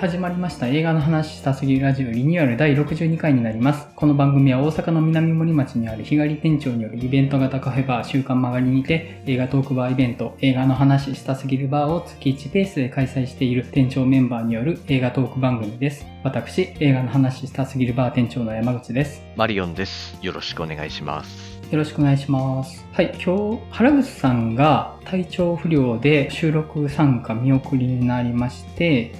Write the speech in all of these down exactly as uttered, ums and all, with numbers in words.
始まりました映画の話したすぎるラジオリニューアルだいろくじゅうにかいになります。この番組は大阪の南森町にある日帰り店長によるイベント型カフェバー週刊曲がりにて映画トークバーイベント映画の話したすぎるバーを月いちペースで開催している店長メンバーによる映画トーク番組です。私、映画の話したすぎるバー店長の山口です。 マリオンです。よろしくお願いします。 よろしくお願いします。はい、今日原口さんが体調不良で収録参加見送りになりまして、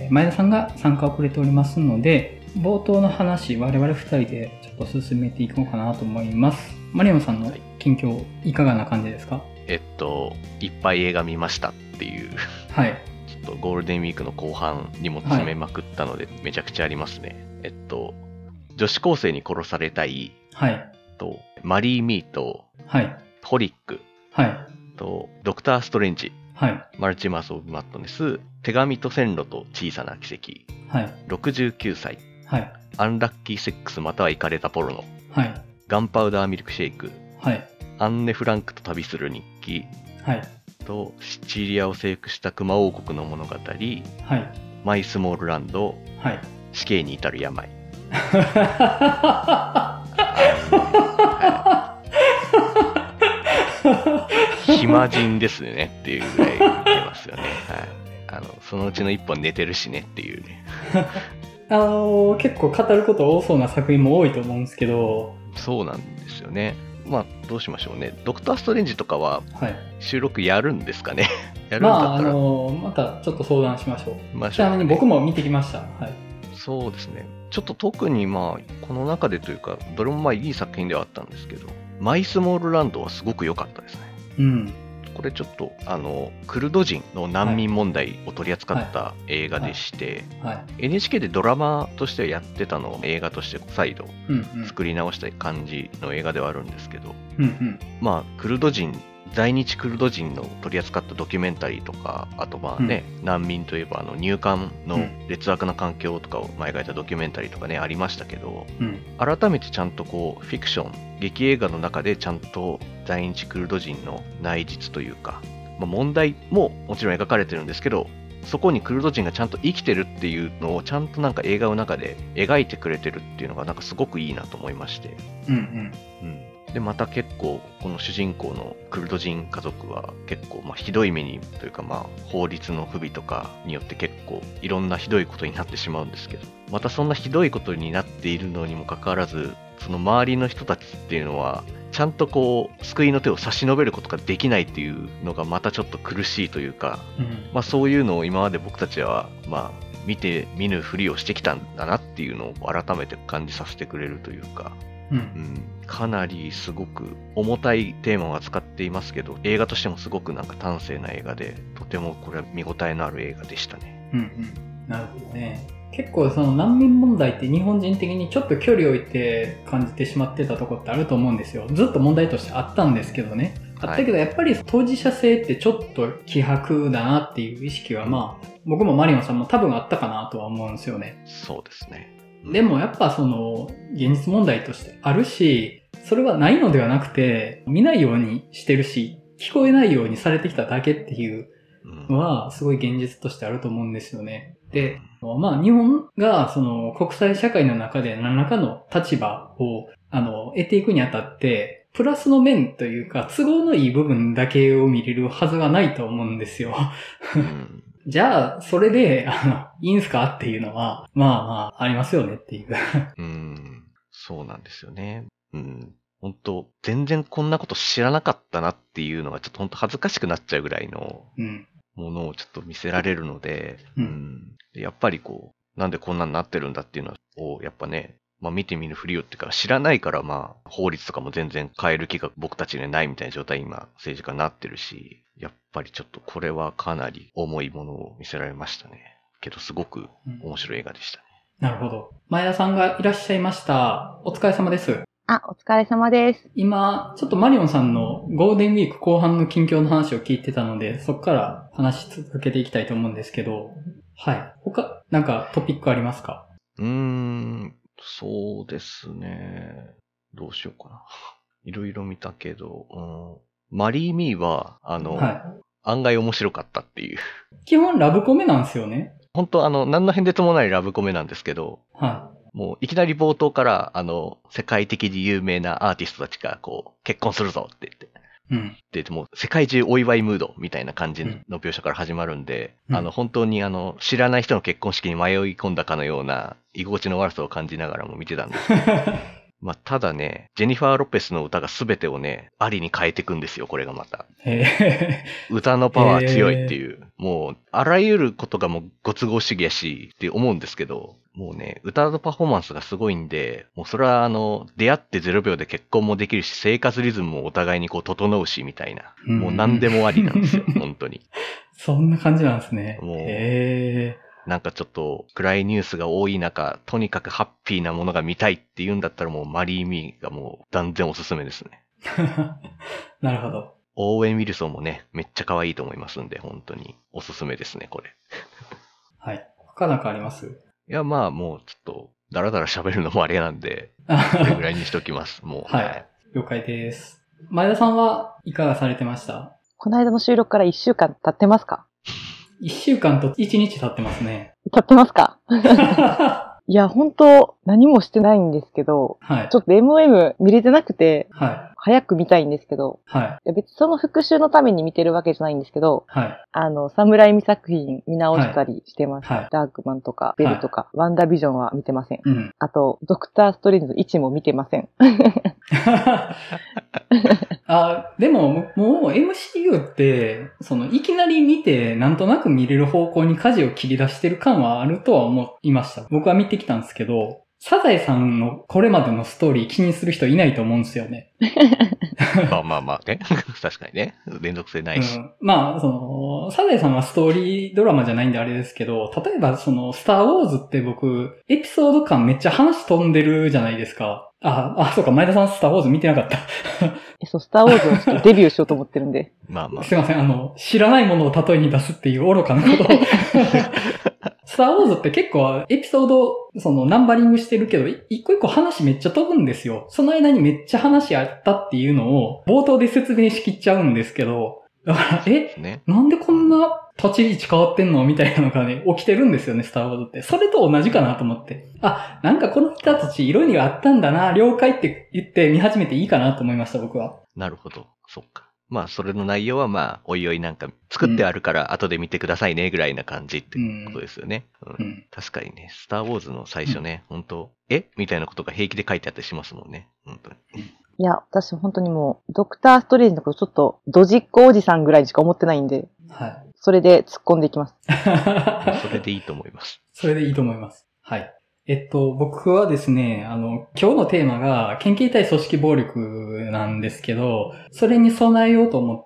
前田さんが参加遅れておりますので、冒頭の話我々ふたりでちょっと進めていこうかなと思います。マリオンさんの近況いかがな感じですか？ えっといっぱい映画見ましたっていうはい。 ちょっとゴールデンウィークの後半にも詰めまくったので、はい、めちゃくちゃありますね。えっと女子高生に殺されたい、 はい、 とマリー・ミーと、 はい、 ホリック、 はい、 とドクター・ストレンジ、 はい、 マルチバース・オブ・マットネス、手紙と線路と小さな奇跡、 はい、 ろくじゅうきゅうさい、はい、アンラッキー・セックスまたはイカれたポロノ、はい、ガンパウダー・ミルクシェイク、はい、アンネ・フランクと旅する日記、はい、とシチリアを征服した熊王国の物語、はい、マイ・スモールランド、はい、死刑に至る病暇人ですねっていうぐらい見てますよね、はい、あのそのうちの一本寝てるしねっていうねあのー、結構語ること多そうな作品も多いと思うんですけど。 そうなんですよね。まあどうしましょうね。ドクターストレンジとかは収録やるんですかね、はい、やるんだったら、まああのー、またちょっと相談しましょう。まあ、ちなみに僕も見てきました。はい。 そうですね。ちょっと特にまあこの中でというかどれもまあいい作品ではあったんですけど、マイスモールランドはすごく良かったですね。 うん。 これちょっとあのクルド人の難民問題を取り扱った映画でして、はいはいはい、エヌエイチケー でドラマとしてはやってたのを映画として再度作り直した感じの映画ではあるんですけど、うんうん、まあクルド人在日クルド人の取り扱ったドキュメンタリーとか、あとまあね、うん、難民といえばあの入管の劣悪な環境とかを描いたドキュメンタリーとかねありましたけど、うん、改めてちゃんとこうフィクション劇映画の中でちゃんと在日クルド人の内実というか、まあ、問題ももちろん描かれてるんですけど、そこにクルド人がちゃんと生きてるっていうのをちゃんとなんか映画の中で描いてくれてるっていうのがなんかすごくいいなと思いまして、うんうんうんでまた結構この主人公のクルド人家族は結構まあひどい目にというか、まあ法律の不備とかによって結構いろんなひどいことになってしまうんですけど、またそんなひどいことになっているのにもかかわらず、その周りの人たちっていうのはちゃんとこう救いの手を差し伸べることができないっていうのがまたちょっと苦しいというか、うん、まあそういうのを今まで僕たちはまあ見て見ぬふりをしてきたんだなっていうのを改めて感じさせてくれるというか、うんうん、かなりすごく重たいテーマを扱っていますけど、映画としてもすごくなんか端正な映画で、とてもこれは見応えのある映画でしたね。 うんうん、なるほどね。結構その難民問題って日本人的にちょっと距離を置いて感じてしまってたところってあると思うんですよ。ずっと問題としてあったんですけどね。あったけどやっぱり当事者性ってちょっと希薄だなっていう意識はまあ、僕もマリオンさんも多分あったかなとは思うんですよね。 そうですね。 でもやっぱその現実問題としてあるし、それはないのではなくて見ないようにしてるし、聞こえないようにされてきただけっていうのはすごい現実としてあると思うんですよね。で、まあ日本がその国際社会の中で何らかの立場をあの得ていくにあたって、プラスの面というか都合のいい部分だけを見れるはずがないと思うんですよ。じゃあ、それで、あの、いいんすかっていうのは、まあまあ、ありますよねっていう。 うん、そうなんですよね。うん。本当全然こんなこと知らなかったなっていうのがちょっと本当恥ずかしくなっちゃうぐらいのものをちょっと見せられるので、うん、うん、やっぱりこう、なんでこんなになってるんだっていうのを、やっぱね、まあ見てみるふりをっていうか知らないからまあ法律とかも全然変える気が僕たちにはないみたいな状態に今政治家になってるし、やっぱりちょっとこれはかなり重いものを見せられましたね。けどすごく面白い映画でしたね。 うん、なるほど。前田さんがいらっしゃいました。お疲れ様です。 あ、お疲れ様です。 今、ちょっとマリオンさんのゴールデンウィーク後半の近況の話を聞いてたので、そこから話し続けていきたいと思うんですけど、はい。他、なんかトピックありますか？ うーん、そうですね。どうしようかな。いろいろ見たけど、うん、マリー・ミーは、あの、はい、案外面白かったっていう。 基本ラブコメなんですよね。 本当あの、何の変哲もないラブコメなんですけど、 はい。 もういきなり冒頭から、あの、世界的に有名なアーティストたちが、こう、結婚するぞって言って。 うん。 で、もう世界中お祝いムードみたいな感じの描写から始まるんで、うん、あの、本当にあの、知らない人の結婚式に迷い込んだかのような、居心地の悪さを感じながらも見てたんですけど。まあ、ただね、ジェニファー・ロペスの歌が全てをね、ありに変えていくんですよ、これがまた。 へ歌のパワー強いっていう。もう、あらゆることがもうご都合主義やし、って思うんですけど、もうね、歌のパフォーマンスがすごいんで、もうそれはあの、出会ってゼロびょうで結婚もできるし、生活リズムもお互いにこう整うし、みたいな。もう何でもありなんですよ、本当に。 そんな感じなんですね。 もうへー。 なんかちょっと暗いニュースが多い中、とにかくハッピーなものが見たいって言うんだったらもうマリー・ミーがもう断然おすすめですね。 なるほど。 オーウェン・ウィルソンもね、めっちゃ可愛いと思いますんで、本当におすすめですね、これ。 はい。他なんかあります？ いや、まあもうちょっと、だらだら喋るのもあれなんで、これぐらいにしときます、もう。 はい。了解です。前田さんはいかがされてました？ この間の収録からいっしゅうかん経ってますか？ 一週間と一日経ってますね。 経ってますか？いや、本当何もしてないんですけど、 はい。 ちょっと エムエム 見れてなくて、 はい。 早く見たいんですけど、 はい。 いや別にその復習のために見てるわけじゃないんですけど、 はい。 あの、サムライミ作品見直したりしてます。 はい。 ダークマンとか、ベルとか、はい、ワンダービジョンは見てません。 うん。 あと、ドクターストレンジのいちも見てません。 あ、でも、もう エムシーユー って、その、いきなり見て、なんとなく見れる方向に舵を切り出してる感はあるとは思いました。僕は見てきたんですけど、サザエさんのこれまでのストーリー気にする人いないと思うんですよね。 まあまあまあね。確かにね。連続性ないし。 うん、まあ、その、サザエさんはストーリードラマじゃないんであれですけど、例えばその、スターウォーズって僕、エピソード感めっちゃ話飛んでるじゃないですか。あ、あ、そうか、前田さんスターウォーズ見てなかった。 え、そう、スターウォーズをちょっとデビューしようと思ってるんで。 まあまあ。 すいません、あの、知らないものを例えに出すっていう愚かなことを。スターウォーズって結構エピソード、そのナンバリングしてるけど、一個一個話めっちゃ飛ぶんですよ。その間にめっちゃ話あったっていうのを冒頭で説明しきっちゃうんですけど、だから、え、ね、なんでこんな立ち位置変わってんのみたいなのがね、起きてるんですよね、スターウォーズって。それと同じかなと思って。あ、なんかこの人たち色にがあったんだな、了解って言って見始めていいかなと思いました、僕は。 なるほど。そっか。まあ、それの内容はまあ、おいおいなんか作ってあるから後で見てくださいね、ぐらいな感じってことですよね。うん。うん、確かにね、スターウォーズの最初ね、うん、本当えみたいなことが平気で書いてあったりしますもんね。本当に。 いや、私本当にもう、ドクターストレンジのことちょっと、ドジっ子おじさんぐらいしか思ってないんで、 はい。 それで突っ込んでいきます。 それでいいと思います。 それでいいと思います。はい。えっと、僕はですね、あの、今日のテーマが、県警対組織暴力なんですけど、それに備えようと思って、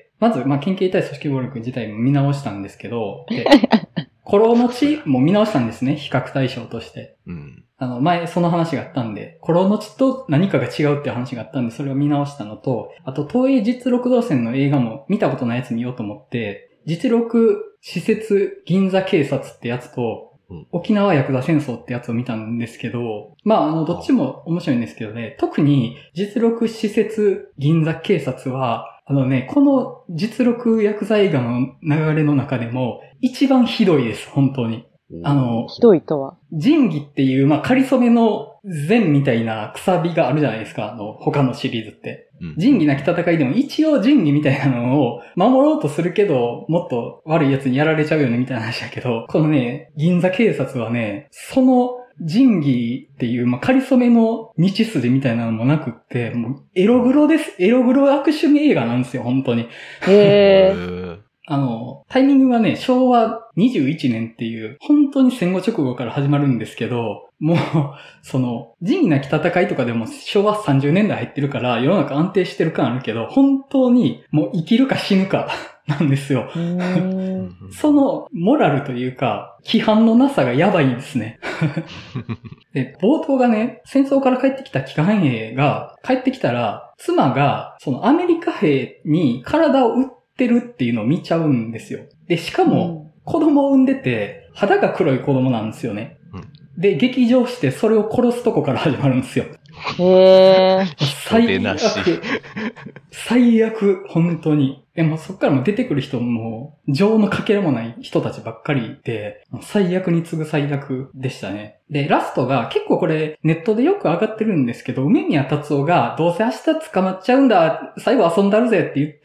まず、まあ、県警対組織暴力自体も見直したんですけど、で、コロのちも見直したんですね、比較対象として。 うん。 あの、前その話があったんで、コロのちと何かが違うっていう話があったんで、それを見直したのと、あと、東映実録動線の映画も見たことないやつ見ようと思って、実録施設銀座警察ってやつと、うん、沖縄ヤクザ戦争ってやつを見たんですけど、まあ、あの、どっちも面白いんですけどね、特に実録施設銀座警察は、あのね、この実録ヤクザ映画の流れの中でも、一番ひどいです、本当に。あの、 ひどいとは仁義っていう、まあ、仮初めの善みたいなくさびがあるじゃないですか、あの、他のシリーズって。うん、仁義なき戦いでも一応仁義みたいなのを守ろうとするけど、もっと悪い奴にやられちゃうよねみたいな話だけど、このね、銀座警察はね、その仁義っていう、まあ、仮初めの道筋みたいなのもなくって、もうエログロです。エログロ悪趣味映画なんですよ、本当に。 へー。 あの、タイミングがね、しょうわにじゅういちねんっていう、本当に戦後直後から始まるんですけど、もう、その、仁義なき戦いとかでもしょうわさんじゅうねんだい入ってるから、世の中安定してる感あるけど、本当にもう生きるか死ぬかなんですよ。その、モラルというか、規範のなさがやばいんですね。で、冒頭がね、戦争から帰ってきた帰還兵が、帰ってきたら、妻が、そのアメリカ兵に体を打ってってるっていうのを見ちゃうんですよ。で、しかも、子供を産んでて、肌が黒い子供なんですよね。うん、で、激情してそれを殺すとこから始まるんですよ。 へー。 最悪。 最悪、本当に。でもそっからも出てくる人も、情のかけらもない人たちばっかりで、最悪に次ぐ最悪でしたね。で、ラストが結構これネットでよく上がってるんですけど、梅宮達夫がどうせ明日捕まっちゃうんだ、最後遊んだるぜって言って、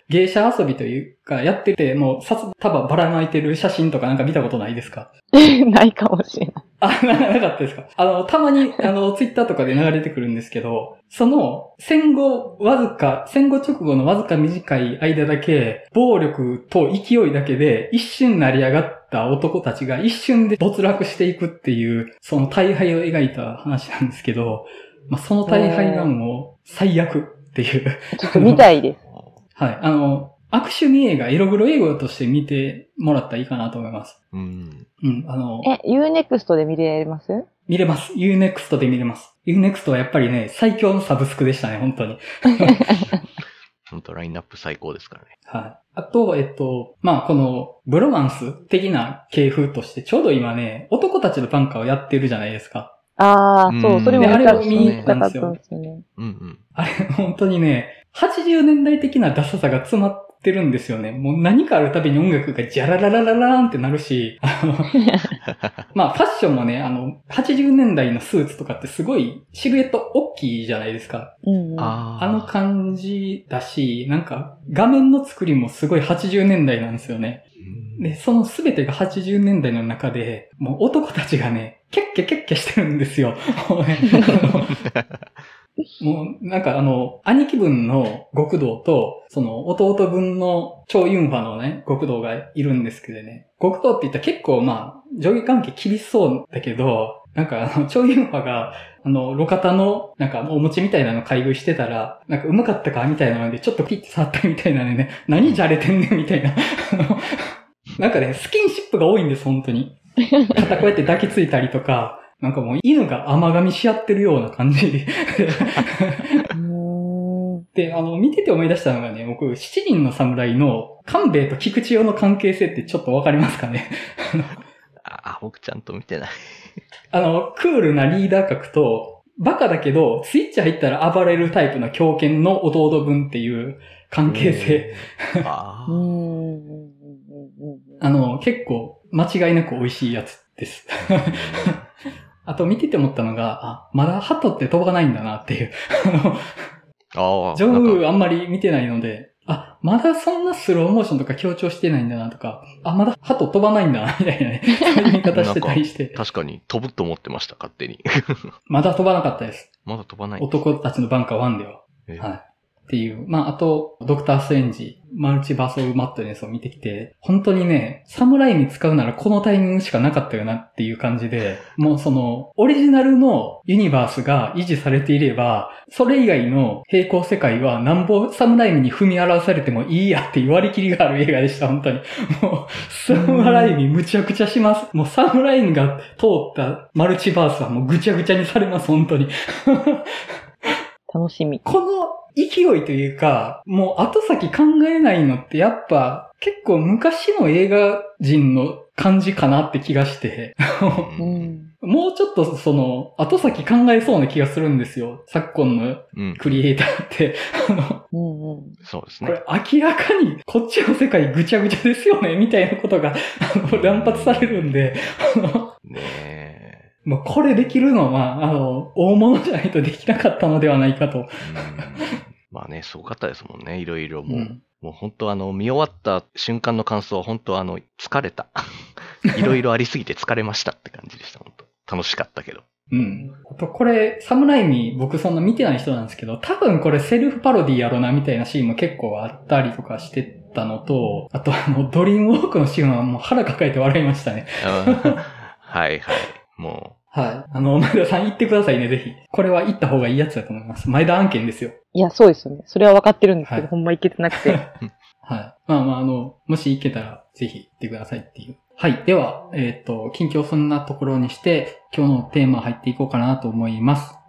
芸者遊びというかやってて、もう札束ばらまいてる写真とかなんか見たことないですか？ ないかもしれない。 あ、な、なかったですか？あの、たまに、あの、ツイッターとかで流れてくるんですけど、その、戦後わずか、戦後直後のわずか短い間だけ、暴力と勢いだけで、一瞬成り上がった男たちが一瞬で没落していくっていう、その大敗を描いた話なんですけど、まあ、その大敗がもう、最悪っていう。 ちょっと見たいです。 はい。あの、悪趣味映画、エログロ映画として見てもらったらいいかなと思います。 うん。 うん、あの。 え、ユーネクスト で見れます見れます。ユーネクスト で見れます。ユーネクスト はやっぱりね、最強のサブスクでしたね、本当に。 本当ラインナップ最高ですからね。 はい。あと、えっと、まあ、この、ブロマンス的な系風として、ちょうど今ね、男たちの短歌をやってるじゃないですか。 ああ、そう、それもあれを見に行ったんですよ。 ですよね。 うんうん。 あれ、本当にね、はちじゅうねんだい的なダサさが詰まってるんですよね。もう何かあるたびに音楽がジャラララララーンってなるし、あの、まあファッションもね、あの、はちじゅうねんだいのスーツとかってすごいシルエット大きいじゃないですか。 うんうん、 あ, あの感じだし、なんか画面の作りもすごいはちじゅうねんだいなんですよね。で、そのすべてがはちじゅうねんだいの中で、もう男たちがね、キャッキャキャッキャしてるんですよ。もう、なんかあの、兄貴分の極道と、その弟分の超ユンファのね、極道がいるんですけどね。極道って言ったら結構まあ、上下関係厳しそうだけど、なんかあの、超ユンファが、あの、路肩の、なんかお餅みたいなの買い食いしてたら、なんかうまかったかみたいなので、ちょっとピッて触ったみたいなね、何じゃれてんねんみたいな。なんかね、スキンシップが多いんです、本当に。肩こうやって抱きついたりとか、なんかもう犬が甘噛みし合ってるような感じで。で、あの、見てて思い出したのがね、僕、七人の侍の官兵衛と菊千代の関係性ってちょっとわかりますかね？ あ、僕ちゃんと見てない。 あの、クールなリーダー格と、バカだけど、スイッチ入ったら暴れるタイプの狂犬の弟分っていう関係性。あ, あの、結構間違いなく美味しいやつです。あと見てて思ったのが、あ、まだハトって飛ばないんだなっていう。あの、ジョンウーあんまり見てないので、あ、まだそんなスローモーションとか強調してないんだなとか、あ、まだハト飛ばないんだな、みたいなね。そういう見方してたりして。 確かに飛ぶと思ってました、勝手に。 まだ飛ばなかったです。 まだ飛ばない。 男たちのバンカーワンでは。はい。っていう。まあ、あと、ドクターストレンジ、マルチバースオブマットネスを見てきて、本当にね、サムライミ使うならこのタイミングしかなかったよなっていう感じで、もうその、オリジナルのユニバースが維持されていれば、それ以外の平行世界はなんぼサムライミに踏み荒らされてもいいやっていう割り切りがある映画でした、本当に。もう、サムライミむちゃくちゃします。もうサムライミが通ったマルチバースはもうぐちゃぐちゃにされます、本当に。 楽しみ。 この勢いというか、もう後先考えないのってやっぱ結構昔の映画人の感じかなって気がして、うん、もうちょっとその後先考えそうな気がするんですよ。昨今のクリエイターって。うん、あのうんうん、 そうですね。 これ明らかにこっちの世界ぐちゃぐちゃですよねみたいなことがあの乱発されるんで。 ねえ。 もうこれできるのは、あの、大物じゃないとできなかったのではないかと。うんまあね、すごかったですもんね、いろいろもう。うん、もう本当あの、見終わった瞬間の感想は本当あの、疲れた。いろいろありすぎて疲れましたって感じでした、本当。楽しかったけど。 うん。あとこれ、サムライミ僕そんな見てない人なんですけど、多分これセルフパロディやろなみたいなシーンも結構あったりとかしてたのと、あとあの、ドリームウォークのシーンはもう腹抱えて笑いましたね。 はいはい。もう。はい。あの、前田さん言ってくださいね、ぜひ。これは言った方がいいやつだと思います。前田案件ですよ。 いや、そうですよね。それは分かってるんですけど、はい、ほんまいけてなくて。 はい。まあまあ、あの、もしいけたら、ぜひ言ってくださいっていう。はい。では、えっと、近況そんなところにして、今日のテーマ入っていこうかなと思います。